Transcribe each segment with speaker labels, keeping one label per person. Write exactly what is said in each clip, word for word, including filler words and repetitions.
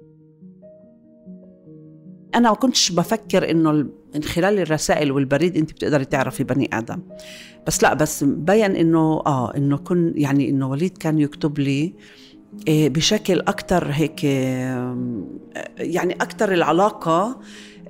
Speaker 1: أنا ما كنتش بفكر إنه من خلال الرسائل والبريد أنت بتقدري تعرفي بني آدم، بس لا، بس بيّن إنه آه إنه كن يعني إنه وليد كان يكتب لي بشكل أكتر هيك، يعني أكتر العلاقة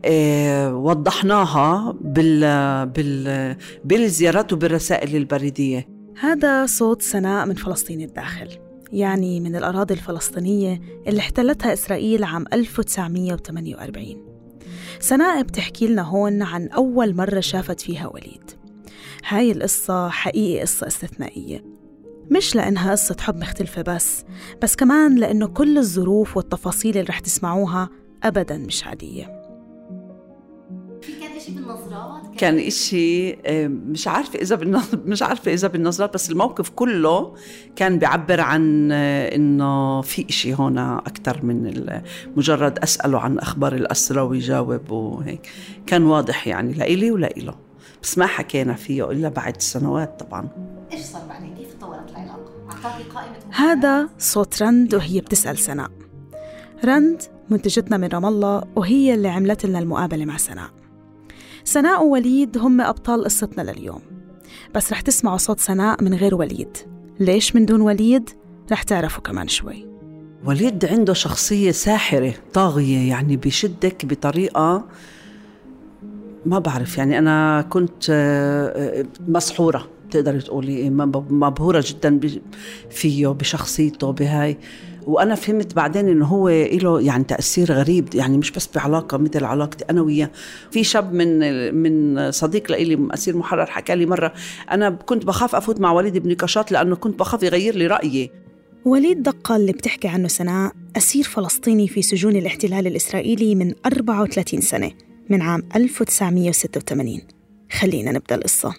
Speaker 1: وضحناها بال بال بالزيارات وبالرسائل البريدية.
Speaker 2: هذا صوت سناء من فلسطين الداخل، يعني من الأراضي الفلسطينية اللي احتلتها إسرائيل عام ألف وتسعمية وثمانية وأربعين. سناء بتحكي لنا هون عن أول مرة شافت فيها وليد. هاي القصة حقيقي قصة استثنائية، مش لأنها قصة حب مختلفة بس بس كمان لأنه كل الظروف والتفاصيل اللي رح تسمعوها أبداً مش عادية.
Speaker 3: كان إشي بالنظرات،
Speaker 1: كان إشي مش عارفة إذا بالنظر مش عارفة إذا بالنظرات بس الموقف كله كان بيعبر عن إنه في إشي هنا أكتر من مجرد أسأله عن أخبار الأسرة ويجاوب وهيك. كان واضح يعني لإلي ولإله، بس ما حكينا فيه إلا بعد سنوات. طبعاً
Speaker 3: إيش صار بعدين؟ كيف تطورت العلاقة؟ أعطاكي قائمة؟
Speaker 2: هذا صوت رند وهي بتسأل سناء. رند منتجتنا من رام الله، وهي اللي عملت لنا المقابلة مع سناء. سناء ووليد هم أبطال قصتنا لليوم، بس رح تسمعوا صوت سناء من غير وليد. ليش من دون وليد؟ رح تعرفوا كمان شوي.
Speaker 1: وليد عنده شخصية ساحرة طاغية، يعني بيشدك بطريقة ما بعرف. يعني أنا كنت مسحورة، تقدر تقولي مبهورة جدا فيه بشخصيته بهاي. وأنا فهمت بعدين إنه هو إله يعني تأثير غريب، يعني مش بس بعلاقة مثل علاقتي أنا وياه. في شاب من من صديق لإلي أسير محرر حكى لي مرة أنا كنت بخاف أفوت مع وليد بنقاشات لأنه كنت بخاف يغير لي رأيي.
Speaker 2: وليد دقة اللي بتحكي عنه سناء أسير فلسطيني في سجون الاحتلال الإسرائيلي من أربعة وثلاثين سنة، من عام ألف وتسعمية وستة وثمانين. خلينا نبدأ القصة.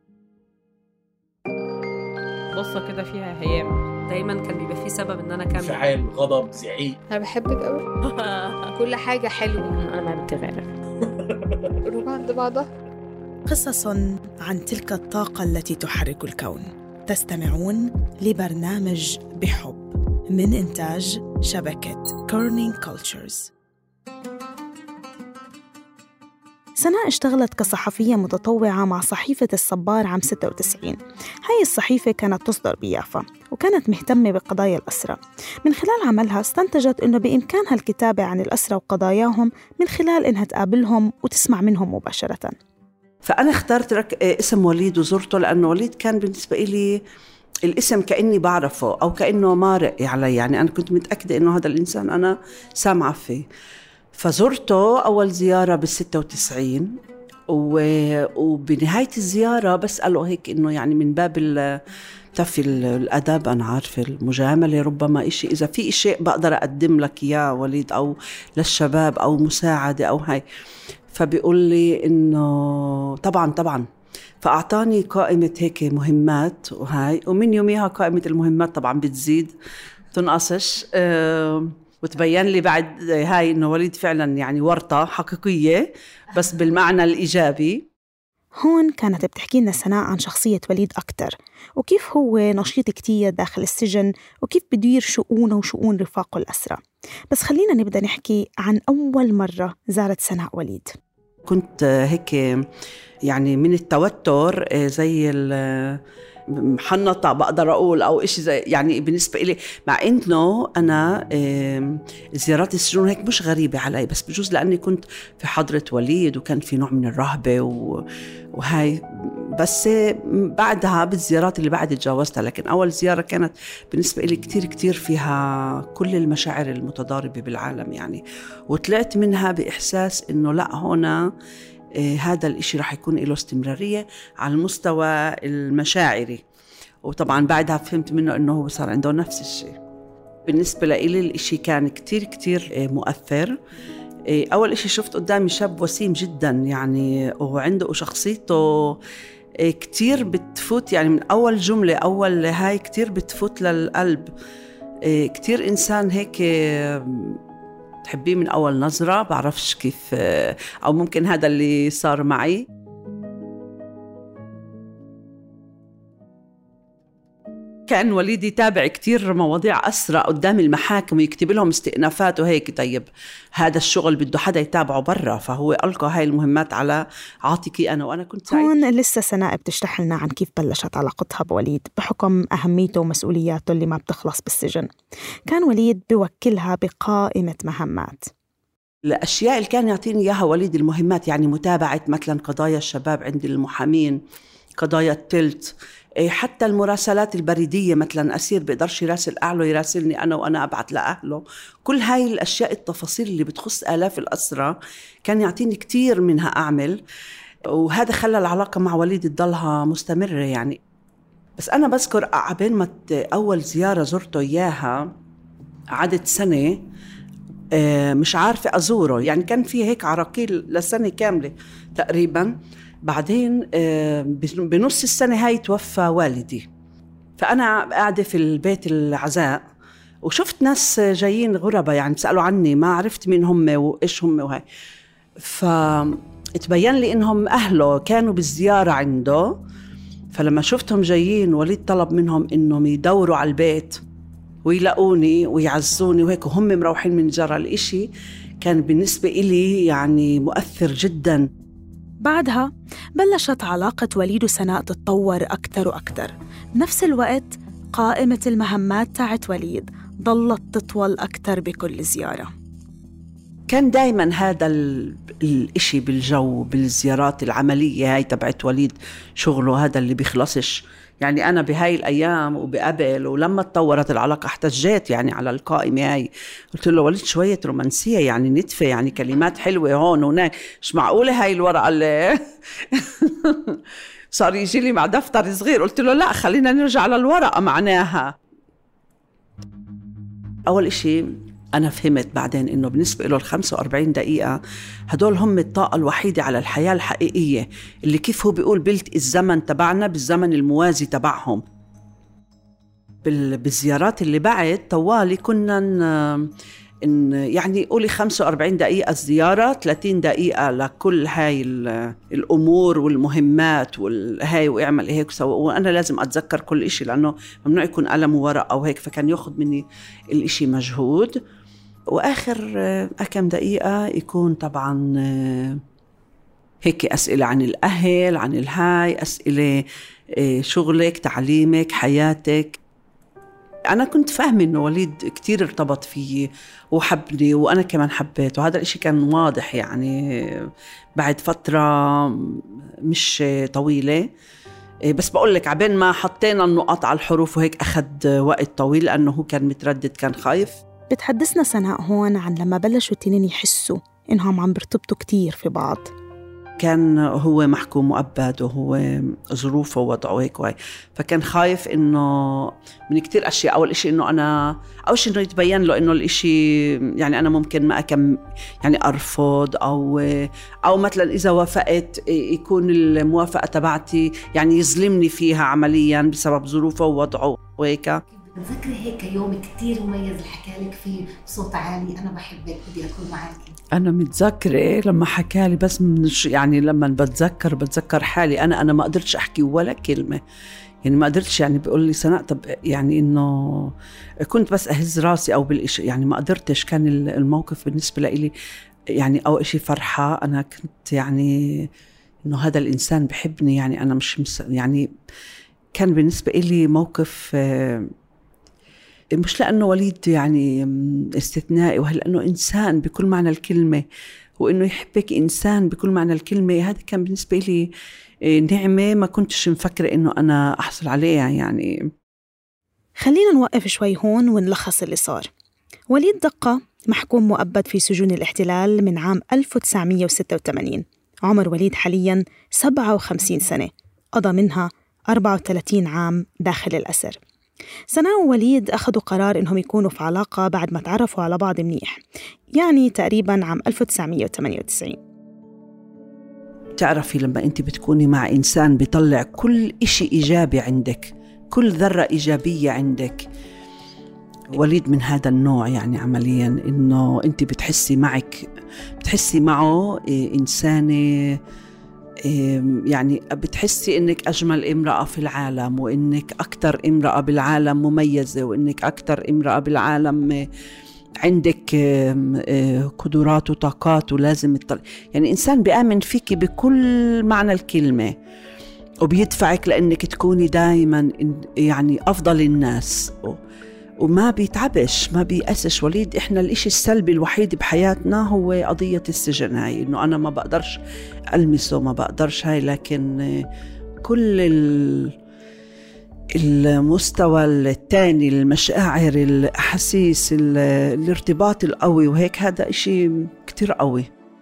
Speaker 4: قصة كده فيها هيام.
Speaker 5: دايما كان بيبقى فيه سبب ان انا كمل.
Speaker 6: انفعال، غضب، زعيق.
Speaker 7: انا بحبك قوي. كل حاجه حلوه.
Speaker 5: انا ما بتغير.
Speaker 7: روح عند بعضها.
Speaker 2: قصص عن تلك الطاقة التي تحرك الكون. تستمعون لبرنامج بحب من إنتاج شبكة كورنينج كولتشرز. سناء اشتغلت كصحفية متطوعة مع صحيفة الصبار عام ستة وتسعين. هاي الصحيفة كانت تصدر بيافا وكانت مهتمة بقضايا الأسرى. من خلال عملها استنتجت أنه بإمكانها الكتابة عن الأسرى وقضاياهم من خلال أنها تقابلهم وتسمع منهم مباشرة.
Speaker 1: فأنا اخترت رك... اسم وليد وزرته لأنه وليد كان بالنسبة لي الاسم كأني بعرفه أو كأنه مارق علي، يعني أنا كنت متأكدة أنه هذا الإنسان أنا سامعة فيه. فزرته أول زيارة بالستة وتسعين، وبنهاية الزيارة بسأله هيك إنه يعني من باب تفي الأدب، أنا عارفة المجاملة ربما إشي، إذا في إشي بقدر أقدم لك يا وليد أو للشباب أو مساعدة أو هاي. فبيقول لي إنه طبعا طبعا. فأعطاني قائمة هيك مهمات وهاي، ومن يوميها قائمة المهمات طبعا بتزيد تنقصش. أه وتبين لي بعد هاي إنه وليد فعلا يعني ورطة حقيقية بس بالمعنى الإيجابي.
Speaker 2: هون كانت بتحكي لنا سناء عن شخصية وليد أكتر، وكيف هو نشيط كتير داخل السجن، وكيف بدير شؤونه وشؤون رفاقه الأسرى. بس خلينا نبدأ نحكي عن أول مرة زارت سناء وليد.
Speaker 1: كنت هيك يعني من التوتر زي محنطة بقدر أقول أو إشي زي، يعني بالنسبة إلي مع إنه أنا زيارات السجون هيك مش غريبة علي، بس بجوز لأني كنت في حضرة وليد وكان في نوع من الرهبة وهاي. بس بعدها بالزيارات اللي بعد تجاوزتها، لكن أول زيارة كانت بالنسبة إلي كتير كتير فيها كل المشاعر المتضاربة بالعالم يعني، وطلعت منها بإحساس إنه لا، هنا هذا الإشي رح يكون له استمرارية على المستوى المشاعري. وطبعا بعدها فهمت منه إنه هو صار عنده نفس الشيء. بالنسبة لي الإشي كان كتير كتير مؤثر. أول إشي شفت قدامي شاب وسيم جدا يعني، وعنده شخصيته كتير بتفوت، يعني من أول جملة أول هاي كتير بتفوت للقلب. كتير إنسان هيك تحبيه من أول نظرة، بعرفش كيف، أو ممكن هذا اللي صار معي. كان وليد يتابع كتير مواضيع أسرى قدام المحاكم ويكتب لهم استئنافات وهيك. طيب هذا الشغل بده حدا يتابعه برا، فهو ألقى هاي المهمات على عاتقي أنا، وأنا كنت سعيد.
Speaker 2: هون لسه سناء بتشرح لنا عن كيف بلشت علاقتها بوليد بحكم أهميته ومسؤولياته اللي ما بتخلص بالسجن. كان وليد بيوكلها بقائمة مهمات.
Speaker 1: الأشياء اللي كان يعطيني إياها وليد المهمات، يعني متابعة مثلا قضايا الشباب عند المحامين، قضايا التلت، حتى المراسلات البريدية، مثلا أسير بيقدرش يراسل أهله يراسلني أنا وأنا أبعت لأهله. كل هاي الأشياء التفاصيل اللي بتخص آلاف الأسرى كان يعطيني كتير منها أعمل، وهذا خلى العلاقة مع وليد تضلها مستمرة يعني. بس أنا بذكر عبين ما أول زيارة زرته إياها عدت سنة مش عارفة أزوره، يعني كان في هيك عراقيل لسنة كاملة تقريباً. بعدين بنص السنة هاي توفى والدي، فأنا قاعدة في البيت العزاء وشفت ناس جايين غربة يعني بسألوا عني، ما عرفت مين هم وإيش هم وهاي. فاتبين لي إنهم أهله كانوا بالزيارة عنده، فلما شفتهم جايين وليد طلب منهم إنهم يدوروا على البيت ويلاقوني ويعزوني وهيك، وهم مروحين من جرى. الإشي كان بالنسبة إلي يعني مؤثر جداً.
Speaker 2: بعدها بلشت علاقة وليد وسناء تتطور أكتر وأكتر. بنفس الوقت قائمة المهمات تاعت وليد ضلت تطول أكتر بكل زيارة.
Speaker 1: كان دايماً هذا الإشي بالجو بالزيارات العملية هاي تبعت وليد، شغله هذا اللي بيخلصش. يعني أنا بهاي الأيام وبقبل ولما تطورت العلاقة احتجيت يعني على القائمة هاي، قلت له وليد شوية رومانسية يعني ندفة، يعني كلمات حلوة هون وهناك، مش معقولة هاي الورقة اللي صار يجي لي مع دفتر صغير. قلت له لا، خلينا نرجع للورقة معناها. أول إشي أنا فهمت بعدين إنه بالنسبة له الخمسة وأربعين دقيقة هدول هم الطاقة الوحيدة على الحياة الحقيقية، اللي كيف هو بيقول بلت الزمن تبعنا بالزمن الموازي تبعهم. بالزيارات اللي بعد طوالي كنا إن يعني قولي خمسة وأربعين دقيقة الزيارة، ثلاثين دقيقة لكل هاي الأمور والمهمات والهاي وإعمل هيك وسوي، وأنا لازم أتذكر كل إشي لأنه ممنوع يكون قلم وورق أو هيك، فكان يأخذ مني الإشي مجهود. وآخر كم دقيقة يكون طبعا هيك أسئلة عن الأهل، عن الهاي، أسئلة شغلك، تعليمك، حياتك. أنا كنت فاهمة إنه وليد كتير ارتبط فيه وحبني وأنا كمان حبيته، وهذا الإشي كان واضح يعني بعد فترة مش طويلة. بس بقولك عبين ما حطينا النقاط على الحروف وهيك أخذ وقت طويل لأنه هو كان متردد، كان خايف.
Speaker 2: بتحدثنا سناء هون عن لما بلشوا التنين يحسوا إنهم عم بيرتبطوا كتير في بعض.
Speaker 1: كان هو محكوم مؤبد وهو ظروفه ووضعه هيك وهي، فكان خايف إنه من كتير أشياء. أول إشي إنه أنا أول شيء إنه يتبين له إنه الإشي يعني أنا ممكن ما أكم يعني أرفض، أو أو مثلا إذا وافقت يكون الموافقة تبعتي يعني يظلمني فيها عمليا بسبب ظروفه ووضعه وهيك.
Speaker 3: بتذكري هيك يوم كتير مميز اللي حكالك فيه بصوت عالي أنا بحبك بدي أكون معك؟
Speaker 1: أنا متذكرة لما حكالي، بس مش يعني لما بتذكر بتذكر حالي أنا أنا ما قدرتش أحكي ولا كلمة، يعني ما قدرتش. يعني بيقول لي سناء طب يعني إنه كنت بس أهز راسي أو بالإشي، يعني ما قدرتش. كان الموقف بالنسبة لي يعني أو إشي فرحة، أنا كنت يعني إنه هذا الإنسان بحبني، يعني أنا مش يعني كان بالنسبة لي موقف مش لأنه وليد يعني استثنائي، وهل لأنه إنسان بكل معنى الكلمة، وإنه يحبك إنسان بكل معنى الكلمة. هذا كان بالنسبة لي نعمة ما كنتش مفكرة إنه أنا أحصل عليها يعني.
Speaker 2: خلينا نوقف شوي هون ونلخص اللي صار. وليد دقة محكوم مؤبد في سجون الاحتلال من عام ألف وتسعمية وستة وثمانين. عمر وليد حالياً سبعة وخمسين سنة، قضى منها أربعة وثلاثين عام داخل الأسر. سناء ووليد أخذوا قرار إنهم يكونوا في علاقة بعد ما تعرفوا على بعض منيح، يعني تقريباً عام ألف وتسعمية وثمانية وتسعين.
Speaker 1: تعرفي لما أنت بتكوني مع إنسان بيطلع كل إشي إيجابي عندك، كل ذرة إيجابية عندك، وليد من هذا النوع يعني عملياً إنه أنت بتحسي معك بتحسي معه إنسانة يعني بتحسي إنك أجمل امرأة في العالم، وإنك أكتر امرأة بالعالم مميزة، وإنك أكتر امرأة بالعالم عندك قدرات وطاقات ولازم يطلع. يعني إنسان بيآمن فيكي بكل معنى الكلمة وبيدفعك لأنك تكوني دايما يعني أفضل الناس وما بيتعبش ما بيأسش. وليد إحنا الإشي السلبي الوحيد بحياتنا هو قضية السجن هاي، إنه أنا ما بقدرش ألمسه ما بقدرش هاي، لكن كل المستوى الثاني، المشاعر، الأحاسيس، الارتباط القوي وهيك، هذا إشي كتير قوي.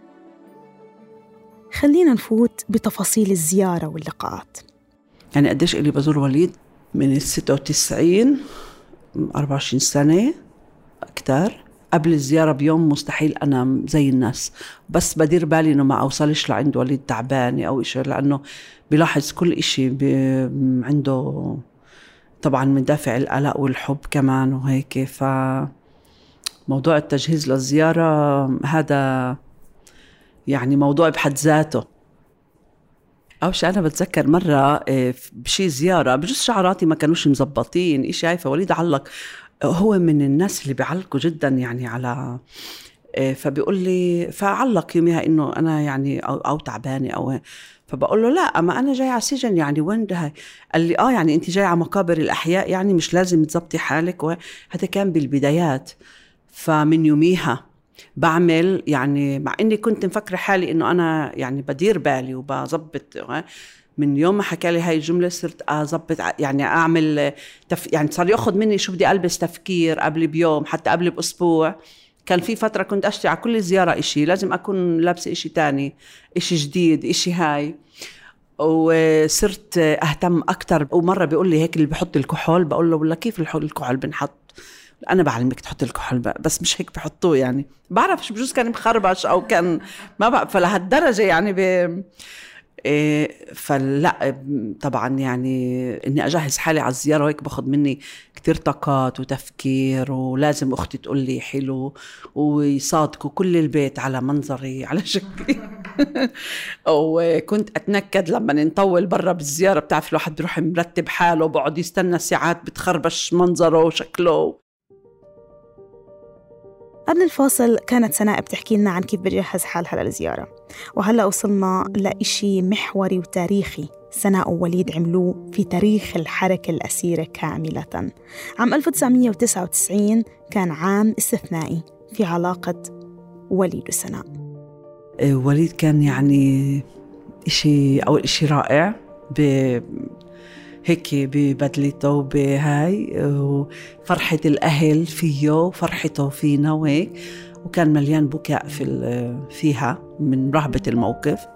Speaker 2: خلينا نفوت بتفاصيل الزيارة واللقاءات.
Speaker 1: يعني قديش اللي بزور وليد من الستة وتسعين، أربعة وعشرين سنة أكتر. قبل الزيارة بيوم مستحيل أنام زي الناس، بس بدير بالي إنه ما أوصلش لعند وليد تعباني أو إشي، لأنه بلاحظ كل إشي عنده طبعا من دافع القلق والحب كمان وهيك. فموضوع التجهيز للزيارة هذا يعني موضوع بحد ذاته. أو شيء أنا بتذكر مرة بشي زيارة بجوز شعراتي ما كانوش مزبطين إشي هاي، فوليد علق، هو من الناس اللي بيعلقوا جدا يعني على، فبيقول لي فعلق يوميها إنه أنا يعني أو, أو تعباني أو، فبقول له لا أما أنا جاي على السجن يعني وين ده؟ قال لي آه يعني أنت جاي على مقابر الأحياء يعني مش لازم تزبطي حالك. وهذا كان بالبدايات. فمن يوميها بعمل يعني، مع إني كنت مفكرة حالي إنه أنا يعني بدير بالي وبزبط، من يوم ما حكى لي هاي الجملة صرت أزبط يعني أعمل تف... يعني صار يأخذ مني شو بدي ألبس تفكير قبل بيوم، حتى قبل بأسبوع. كان في فترة كنت أشتري على كل زيارة إشي لازم أكون لابسة إشي تاني، إشي جديد، إشي هاي. وصرت أهتم أكتر. ومرة بيقول لي هيك اللي بحط الكحول، بقول له والله كيف الكحول بنحط؟ أنا بعلمك تحط الكحول بس مش هيك بحطوه، يعني بعرفش بجوز كان مخربش أو كان ما بقى فلهالدرجة يعني ب... إيه. فلا طبعا يعني إني أجهز حالي على الزيارة وهيك باخد مني كتير طاقات وتفكير، ولازم أختي تقول لي حلو ويصادقوا كل البيت على منظري على شكلي. وكنت أتنكد لما نطول برا بالزيارة، بتعرف الواحد بيروح مرتب حاله وبقعد يستنى ساعات بتخربش منظره وشكله.
Speaker 2: قبل الفاصل كانت سناء بتحكي لنا عن كيف بتجهز حالها للزيارة، وهلأ وصلنا لإشي محوري وتاريخي سناء ووليد عملوه في تاريخ الحركة الأسيرة كاملة. عام ألف وتسعمية وتسعة وتسعين كان عام استثنائي في علاقة وليد وسناء.
Speaker 1: وليد كان يعني إشي أول إشي رائع، ب هيك ببدلته وبهاي، وفرحة الأهل فيه وفرحته فينا وهيك، وكان مليان بكاء في فيها من رهبة الموقف.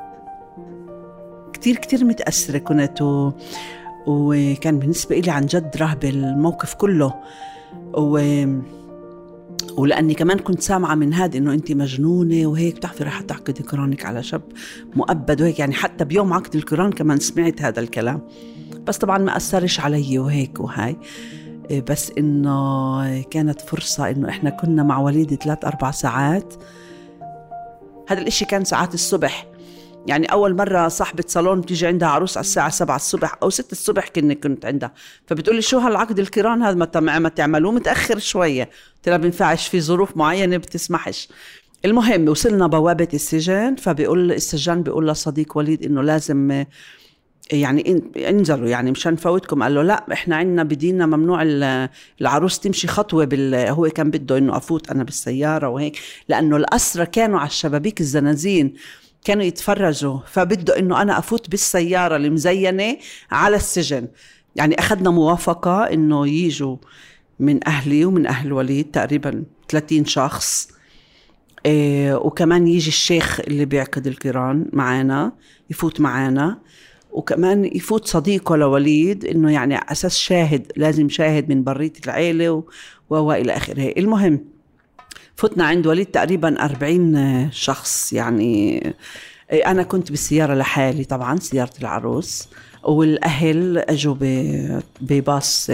Speaker 1: كتير كتير متأثرة كنت، و... وكان بالنسبة إلي عن جد رهبة الموقف كله. و... ولأني كمان كنت سامعة من هذا إنه أنت مجنونة وهيك، بتعرفي رح تعقدي قرانك على شاب مؤبد وهيك، يعني حتى بيوم عقد القران كمان سمعت هذا الكلام، بس طبعا ما أثرش علي وهيك وهاي. بس إنه كانت فرصة إنه إحنا كنا مع وليد ثلاث أربع ساعات. هذا الإشي كان ساعات الصبح، يعني أول مرة صاحبة صالون بتيجي عندها عروس على الساعة سبعة الصبح أو ستة الصبح كنا كنت عندها، فبتقولي شو هالعقد القران هذا ما ما تعملوه متأخر شوية؟ ترى بنفعش في ظروف معينة بتسمحش. المهم وصلنا بوابة السجن، فبيقول السجان بيقول لصديق وليد إنه لازم يعني انزلوا يعني مشان نفوتكم. قال له لا احنا عندنا بدينا ممنوع العروس تمشي خطوة بال... هو كان بده إنه أفوت أنا بالسيارة وهيك، لأنه الأسرة كانوا على الشبابيك الزنازين كانوا يتفرجوا، فبده إنه أنا أفوت بالسيارة المزينة على السجن. يعني أخذنا موافقة إنه ييجوا من أهلي ومن أهل وليد تقريبا ثلاثين شخص، إيه، وكمان يجي الشيخ اللي بيعقد القران معانا يفوت معانا، وكمان يفوت صديقه لوليد إنه يعني أساس شاهد، لازم شاهد من برية العيلة و... وإلى آخره. المهم فتنا عند وليد تقريبا أربعين شخص. يعني أنا كنت بالسيارة لحالي طبعا سيارة العروس، والأهل أجوا بباص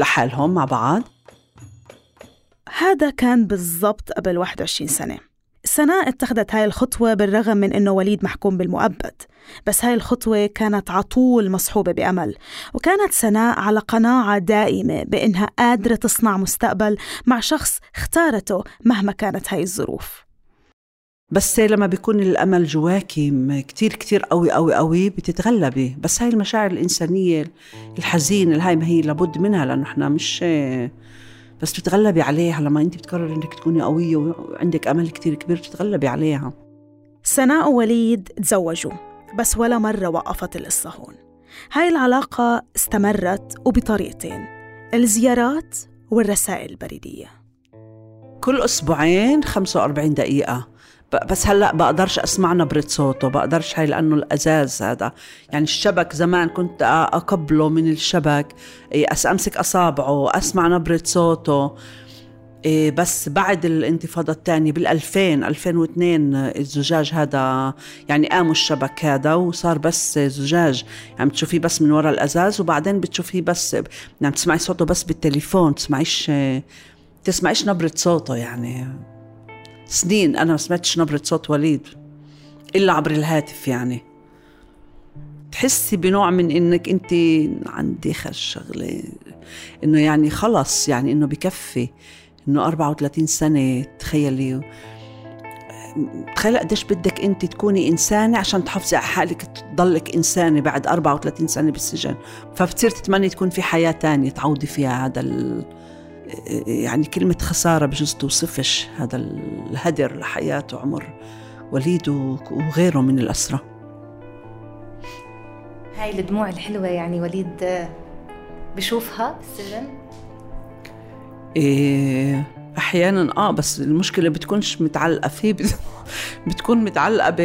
Speaker 1: لحالهم مع بعض.
Speaker 2: هذا كان بالضبط قبل واحد وعشرين سنة. سناء اتخذت هاي الخطوة بالرغم من إنه وليد محكوم بالمؤبد، بس هاي الخطوة كانت عطول مصحوبة بأمل، وكانت سناء على قناعة دائمة بإنها قادرة تصنع مستقبل مع شخص اختارته مهما كانت هاي الظروف.
Speaker 1: بس لما بيكون الأمل جواكي كتير كتير قوي قوي قوي بتتغلبي، بس هاي المشاعر الإنسانية الحزينة هاي ما هي لابد منها، لأنه احنا مش بس بتتغلبي عليها. لما انت بتقرر انك تكوني قوية وعندك أمل كتير كبير بتتغلبي عليها.
Speaker 2: سناء ووليد تزوجوا، بس ولا مرة وقفت القصة هون. هاي العلاقة استمرت وبطريقتين: الزيارات والرسائل البريدية.
Speaker 1: كل أسبوعين خمسة وأربعين دقيقة، بس هلأ بقدرش أسمع نبرة صوته، بقدرش هاي لأنه الأزاز هذا، يعني الشبك زمان كنت أقبله من الشبك، أمسك أصابعه، أسمع نبرة صوته. بس بعد الانتفاضة الثانية بالألفين ألفين واثنين الزجاج هذا يعني قاموا الشبك هذا وصار بس زجاج، يعني بتشوفيه بس من وراء الأزاز، وبعدين بتشوفيه بس يعني تسمعي صوته بس بالتليفون، تسمعيش تسمعيش نبرة صوته. يعني سنين أنا ما سمعتش نبرة صوت وليد إلا عبر الهاتف. يعني تحسي بنوع من إنك أنت عندي خش شغلة إنه يعني خلص، يعني إنه بكفي إنه أربعة وثلاثين سنة. تخيلي تخيلي قديش بدك أنت تكوني إنسانة عشان تحافظي على حالك تضلك إنسانة بعد أربعة وثلاثين سنة بالسجن، فبتصير تتمني تكون في حياة تانية تعودي فيها. هذا ال يعني كلمة خسارة بجوز توصفش هذا الهدر لحياة وعمر وليد وغيره من الأسرة.
Speaker 3: هاي الدموع الحلوة يعني وليد بشوفها بالسجن؟
Speaker 1: إيه أحياناً آه بس المشكلة بتكونش متعلقة فيه، بتكون متعلقة ب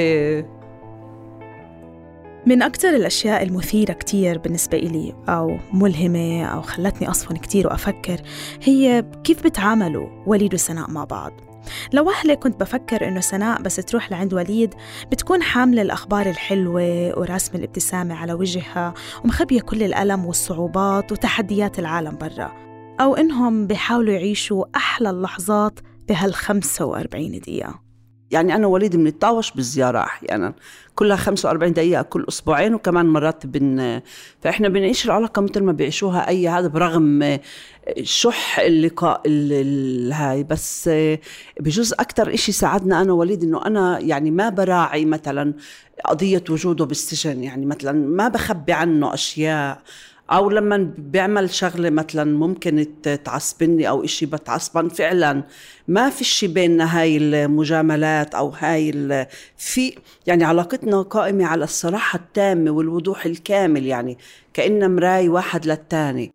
Speaker 2: من أكتر الأشياء المثيرة كتير بالنسبة إلي أو ملهمة أو خلتني أصفن كتير وأفكر هي كيف بتعاملوا وليد وسناء مع بعض. لوهلة كنت بفكر إنه سناء بس تروح لعند وليد بتكون حاملة الأخبار الحلوة ورسم الابتسامة على وجهها ومخبية كل الألم والصعوبات وتحديات العالم برا، أو إنهم بيحاولوا يعيشوا أحلى اللحظات بهالخمسة وأربعين دقيقة.
Speaker 1: يعني أنا وليد بنتطاوش بالزيارة أحياناً كلها خمسة وأربعين دقيقة كل أسبوعين، وكمان مرات بن فإحنا بنعيش العلاقة مثل ما بيعيشوها أي هذا، برغم شح اللقاء الهاي. بس بجوز أكتر إشي ساعدنا أنا وليد إنه أنا يعني ما براعي مثلاً قضية وجوده بالسجن، يعني مثلاً ما بخبي عنه أشياء، أو لما بيعمل شغلة مثلا ممكن تعصبني أو إشي بتعصبن فعلا، ما في شي بيننا هاي المجاملات أو هاي في يعني علاقتنا قائمة على الصراحة التامة والوضوح الكامل، يعني كأننا مراي واحد للتاني.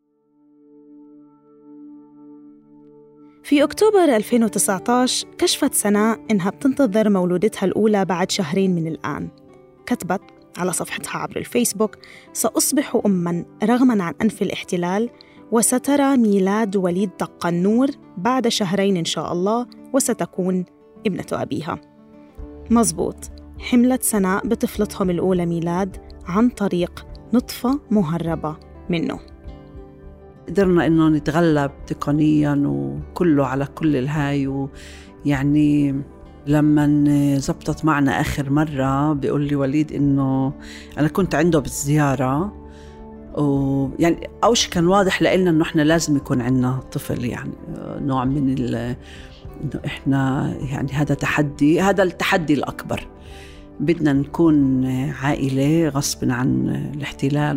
Speaker 2: في أكتوبر ألفين وتسعة عشر كشفت سناء إنها بتنتظر مولودتها الأولى بعد شهرين من الآن. كتبت على صفحتها عبر الفيسبوك: سأصبح أماً رغماً عن أنف الاحتلال، وسترى ميلاد وليد دق النور بعد شهرين إن شاء الله، وستكون ابنة أبيها. مزبوط، حملت سناء بطفلتهم الأولى ميلاد عن طريق نطفة مهربة منه.
Speaker 1: قدرنا إنه نتغلب تقنياً وكله على كل الهاي. ويعني لما زبطت معنا آخر مرة بيقول لي وليد إنه أنا كنت عنده بالزيارة، ويعني أول شيء كان واضح لإلنا إنه إحنا لازم يكون عندنا طفل، يعني نوع من ال إنه إحنا يعني هذا تحدي، هذا التحدي الأكبر، بدنا نكون عائلة غصب عن الاحتلال.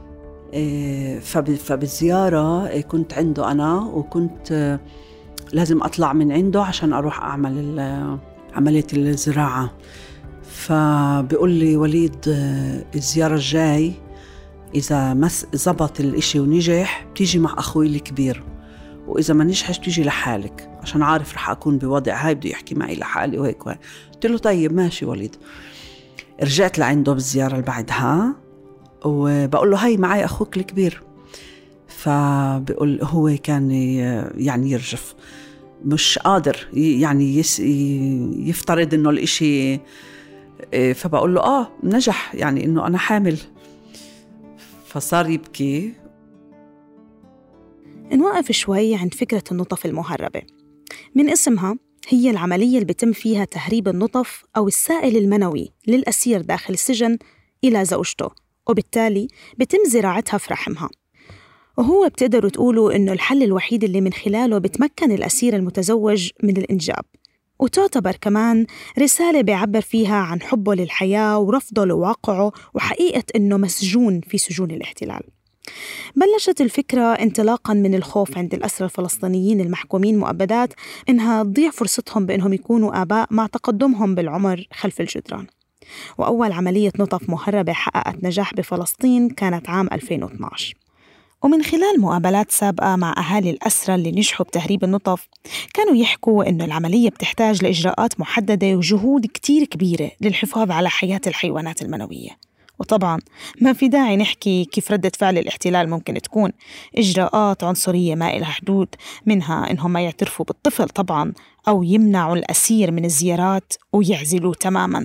Speaker 1: فبالزيارة كنت عنده أنا، وكنت لازم أطلع من عنده عشان أروح أعمل عملية الزراعة. فبيقول لي وليد الزيارة الجاي إذا مس زبط الإشي ونجح بتيجي مع أخوي الكبير، وإذا ما نجحش بتيجي لحالك عشان عارف رح أكون بوضع هاي بده يحكي معي لحالي وهيك وهيك. قلت له طيب ماشي وليد. رجعت لعنده بالزيارة اللي بعدها وبقول له هاي معي أخوك الكبير. فبقول هو كان يعني يرجف، مش قادر يعني يس يفترض إنه الإشي. فبقول له آه نجح، يعني إنه أنا حامل. فصار يبكي.
Speaker 2: نوقف شوي عند فكرة النطف المهربة. من اسمها هي العملية اللي بيتم فيها تهريب النطف أو السائل المنوي للأسير داخل السجن إلى زوجته، وبالتالي بيتم زراعتها في رحمها. وهو بتقدروا تقولوا إنه الحل الوحيد اللي من خلاله بتمكن الأسير المتزوج من الإنجاب، وتعتبر كمان رسالة بيعبر فيها عن حبه للحياة ورفضه لواقعه وحقيقة إنه مسجون في سجون الاحتلال. بلشت الفكرة انطلاقاً من الخوف عند الأسرى الفلسطينيين المحكومين مؤبدات إنها تضيع فرصتهم بإنهم يكونوا آباء مع تقدمهم بالعمر خلف الجدران. وأول عملية نطف مهربة حققت نجاح بفلسطين كانت عام ألفين واثناشر. ومن خلال مقابلات سابقة مع أهالي الأسرى اللي نجحوا بتهريب النطف كانوا يحكوا إنه العملية بتحتاج لإجراءات محددة وجهود كتير كبيرة للحفاظ على حياة الحيوانات المنوية. وطبعاً ما في داعي نحكي كيف ردة فعل الاحتلال ممكن تكون، إجراءات عنصرية ما إلها حدود، منها إنهم ما يعترفوا بالطفل طبعاً أو يمنعوا الأسير من الزيارات ويعزلوه تماماً.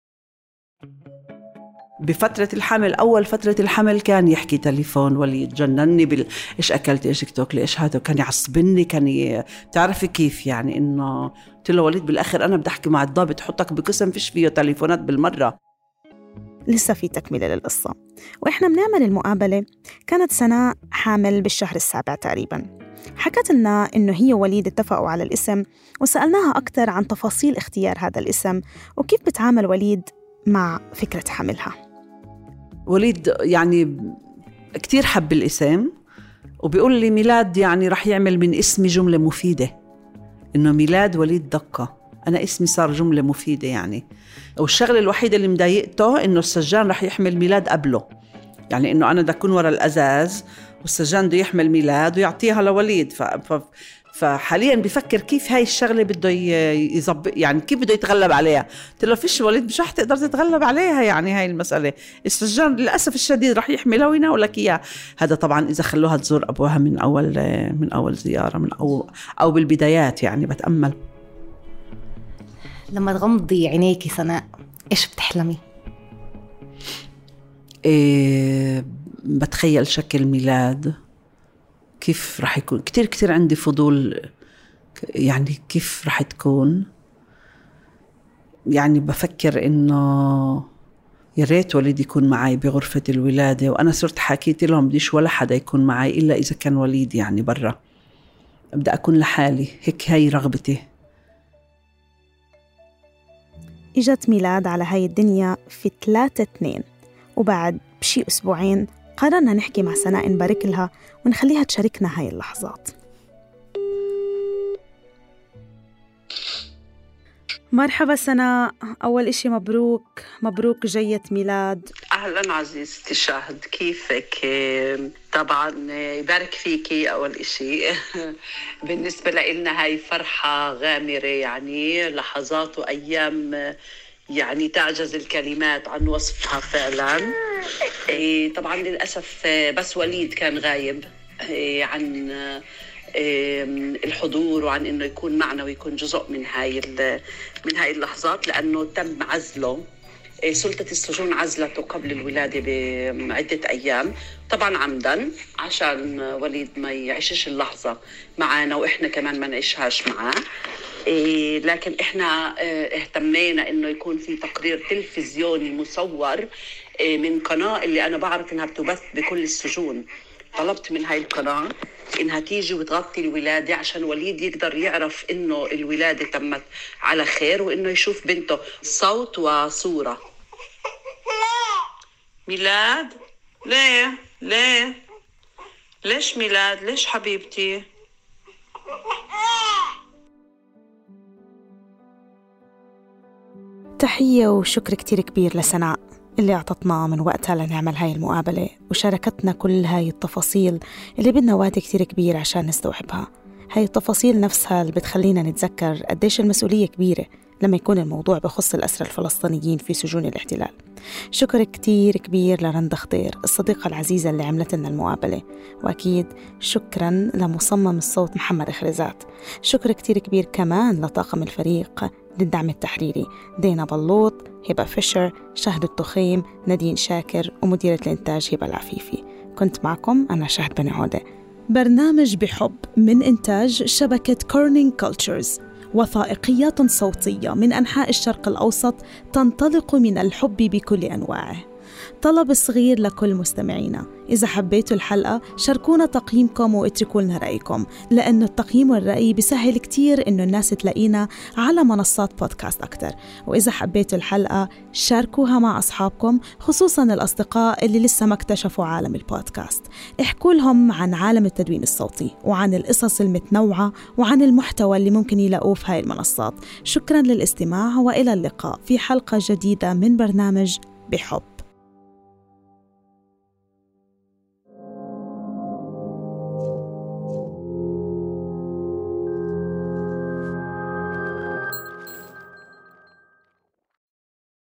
Speaker 1: بفترة الحمل، أول فترة الحمل كان يحكي تليفون وليد، جنني بال إيش أكلت إيش تاكلي إيش هذا، كان يعصبني، كان ي... تعرفي كيف يعني إنه قلت له وليد بالآخر أنا بدي أحكي مع الضابط حطك بقسم فيش فيه تليفونات بالمرة.
Speaker 2: لسه في تكملة للقصة. وإحنا بنعمل المقابلة كانت سناء حامل بالشهر السابع تقريباً. حكت لنا إنه هي وليد اتفقوا على الاسم، وسألناها أكتر عن تفاصيل اختيار هذا الاسم وكيف بتعامل وليد مع فكرة حملها.
Speaker 1: وليد يعني كتير حب الاسم، وبيقول لي ميلاد يعني رح يعمل من اسمي جملة مفيدة، إنه ميلاد وليد دقة، أنا اسمي صار جملة مفيدة يعني. والشغلة الوحيدة اللي مضايقته إنه السجان رح يحمل ميلاد قبله، يعني إنه أنا دا أكون ورا الأزاز والسجان بده يحمل ميلاد ويعطيها لوليد. ف... ف... فحاليا بيفكر كيف هاي الشغلة بده يظبط، يعني كيف بده يتغلب عليها. قلت له فيش وليد مش رح تقدر تتغلب عليها، يعني هاي المسألة السجان للأسف الشديد رح يحملها ويناولك إياه. هذا طبعا إذا خلوها تزور أبوها من أول من أول زيارة من أو أو بالبدايات، يعني بتأمل.
Speaker 3: لما تغمضي عينيكي سناء إيش بتحلمي؟
Speaker 1: إيه بتخيل شكل ميلاد كيف رح يكون. كتير كتير عندي فضول يعني كيف رح تكون. يعني بفكر إنه يا ريت وليد يكون معي بغرفة الولادة، وأنا صرت حكيت لهم بديش ولا حدا يكون معي إلا إذا كان وليد يعني برا، أبدأ أكون لحالي هيك، هاي رغبتي.
Speaker 2: إجت ميلاد على هاي الدنيا في ثلاثة اثنين، وبعد بشي أسبوعين قررنا نحكي مع سناء نبارك لها ونخليها تشاركنا هاي اللحظات. مرحبا سناء، أول إشي مبروك مبروك جية ميلاد.
Speaker 1: أهلا عزيزتي شاهد، كيفك؟ طبعا يبارك فيكي أول إشي. بالنسبة لنا هاي فرحة غامرة، يعني لحظات وأيام يعني تعجز الكلمات عن وصفها فعلا. طبعا للأسف بس وليد كان غايب عن الحضور وعن إنه يكون معنا ويكون جزء من هاي من هاي اللحظات، لأنه تم عزله. سلطة السجون عزلته قبل الولادة بعدة أيام، طبعا عمدا عشان وليد ما يعيشش اللحظة معنا وإحنا كمان ما نعيشهاش معاه. إيه لكن إحنا إيه اهتمينا إنه يكون في تقرير تلفزيوني مصور إيه من قناة اللي أنا بعرف إنها بتبث بكل السجون. طلبت من هاي القناة إنها تيجي وتغطي الولادة عشان وليد يقدر يعرف إنه الولادة تمت على خير، وإنه يشوف بنته صوت وصورة. ميلاد ليه ليه ليش ميلاد ليش حبيبتي؟
Speaker 2: تحية وشكر كتير كبير لسناء اللي أعطتنا من وقتها لنعمل هاي المقابلة وشاركتنا كل هاي التفاصيل اللي بدنا وقت كتير كبير عشان نستوعبها. هاي التفاصيل نفسها اللي بتخلينا نتذكر قديش المسؤولية كبيرة لما يكون الموضوع بخص الأسرى الفلسطينيين في سجون الاحتلال. شكر كتير كبير لرندا خضير الصديقة العزيزة اللي عملت لنا المقابلة، وأكيد شكراً لمصمم الصوت محمد خريزات. شكر كتير كبير كمان لطاقم الفريق للدعم التحريري، دينا بلوط، هبة فيشر، شهد التخيم، نادين شاكر، ومديرة الإنتاج هبة العفيفي. كنت معكم أنا شهد بن عودة. برنامج بحب من إنتاج شبكة كورنينج كولتشرز، وثائقيات صوتية من أنحاء الشرق الأوسط تنطلق من الحب بكل أنواعه. طلب صغير لكل مستمعينا، إذا حبيتوا الحلقة شاركونا تقييمكم واتركوا لنا رأيكم، لأنه التقييم والرأي بيسهل كتير إنه الناس تلاقينا على منصات بودكاست أكتر. وإذا حبيتوا الحلقة شاركوها مع أصحابكم، خصوصاً الأصدقاء اللي لسه ما اكتشفوا عالم البودكاست. احكوا لهم عن عالم التدوين الصوتي وعن القصص المتنوعة وعن المحتوى اللي ممكن يلاقوه في هاي المنصات. شكراً للاستماع، وإلى اللقاء في حلقة جديدة من برنامج بحب.